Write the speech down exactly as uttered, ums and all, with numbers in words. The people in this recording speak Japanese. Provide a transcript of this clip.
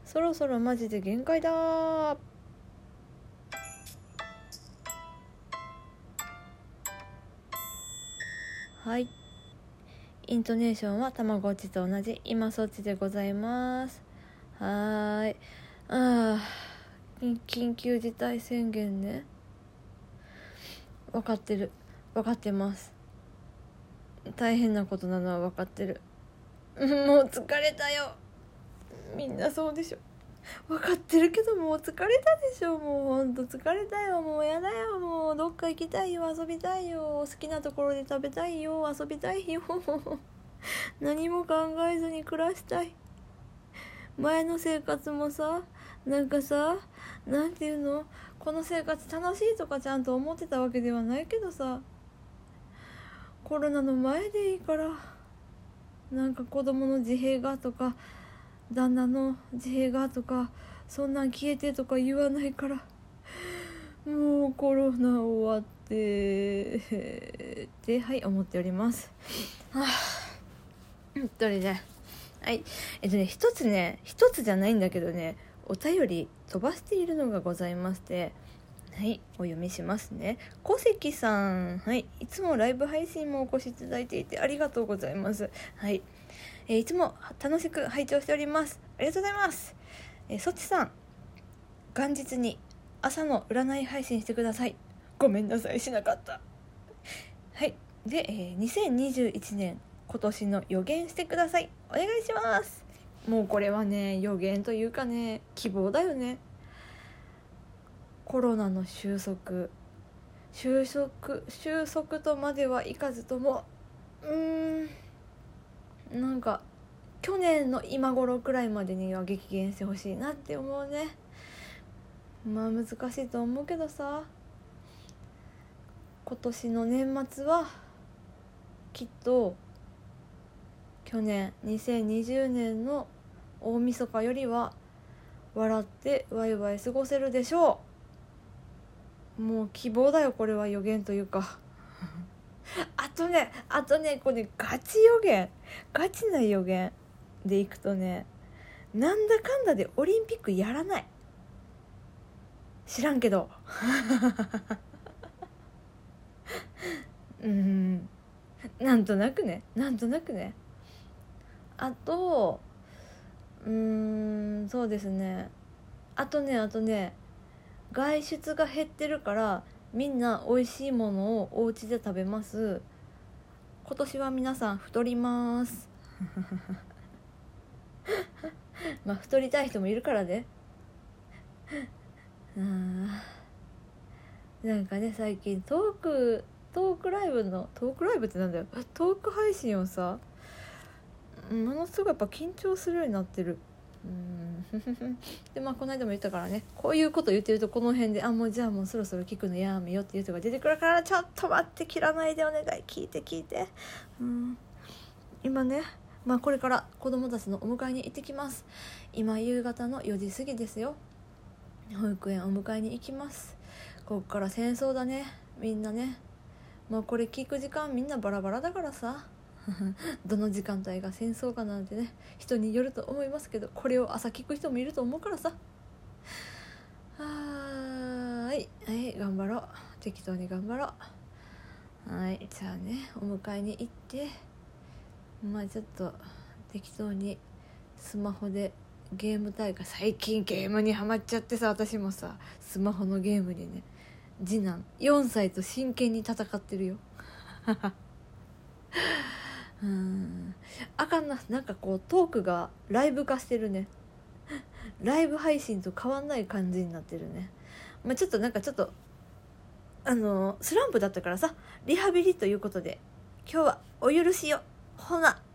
そろそろマジで限界だー。はい、イントネーションはたまごっちと同じ今そっちでございます。はーい、あー緊急事態宣言ね。分かってる分かってます。大変なことなのは分かってる。もう疲れたよ。みんなそうでしょ。分かってるけどもう疲れたでしょ。もうほんと疲れたよ。もうやだよ。もうどっか行きたいよ。遊びたいよ。好きなところで食べたいよ。遊びたいよ。何も考えずに暮らしたい。前の生活もさ、なんかさ、なんていうの、この生活楽しいとかちゃんと思ってたわけではないけどさ、コロナの前でいいからなんか子供の自閉がとか旦那の自閉がとかそんなん消えてとか言わないから、もうコロナ終わってってはい思っております。はあ、本当にね。はいえっとね一つね一つじゃないんだけどね、お便り飛ばしているのがございまして、はい、お読みしますね。小関さん、はい、いつもライブ配信もお越しいただいていてありがとうございます。はい、えー、いつも楽しく拝聴しております。ありがとうございます。えー、そっちさん、元日に朝の占い配信してください。ごめんなさい、しなかった。はい、で、えー、にせんにじゅういちねん今年の予言してください。お願いします。もうこれはね、予言というかね、希望だよね。コロナの収束収束収束とまではいかずとも、うーんなんか去年の今頃くらいまでには激減してほしいなって思うね。まあ難しいと思うけどさ、今年の年末はきっと去年にせんにじゅうねんの大晦日よりは笑ってワイワイ過ごせるでしょう。もう希望だよ、これは予言というかあとねあとねこれガチ予言ガチな予言でいくとね、なんだかんだでオリンピックやらない。知らんけどうんなんとなくねなんとなくねあとうーんそうですねあとねあとね外出が減ってるからみんな美味しいものをお家で食べます。今年は皆さん太りますまあ太りたい人もいるからね。うんなんかね最近トークトークライブのトークライブってなんだよトーク配信をさ、ものすごいやっぱ緊張するようになってる。うんでまあこの間も言ったからね、こういうこと言ってるとこの辺であもうじゃあもうそろそろ聞くのやめよっていう人が出てくるから、ちょっと待って切らないでお願い、聞いて聞いて。うん今ねまあこれから子供たちのお迎えに行ってきます。今夕方のよじ過ぎですよ。保育園お迎えに行きます。こっから戦争だねみんなね。まあこれ聞く時間みんなバラバラだからさどの時間帯が戦争かなんてね人によると思いますけど、これを朝聞く人もいると思うからさ。はーいはい頑張ろう、適当に頑張ろう。はいじゃあねお迎えに行って、まあちょっと適当にスマホでゲーム大会、最近ゲームにハマっちゃってさ、私もさスマホのゲームにね次男よんさいと真剣に戦ってるようんあかんな、なんかこうトークがライブ化してるねライブ配信と変わんない感じになってるね。まあ、ちょっとなんかちょっとあのスランプだったからさ、リハビリということで今日はお許しよ。ほな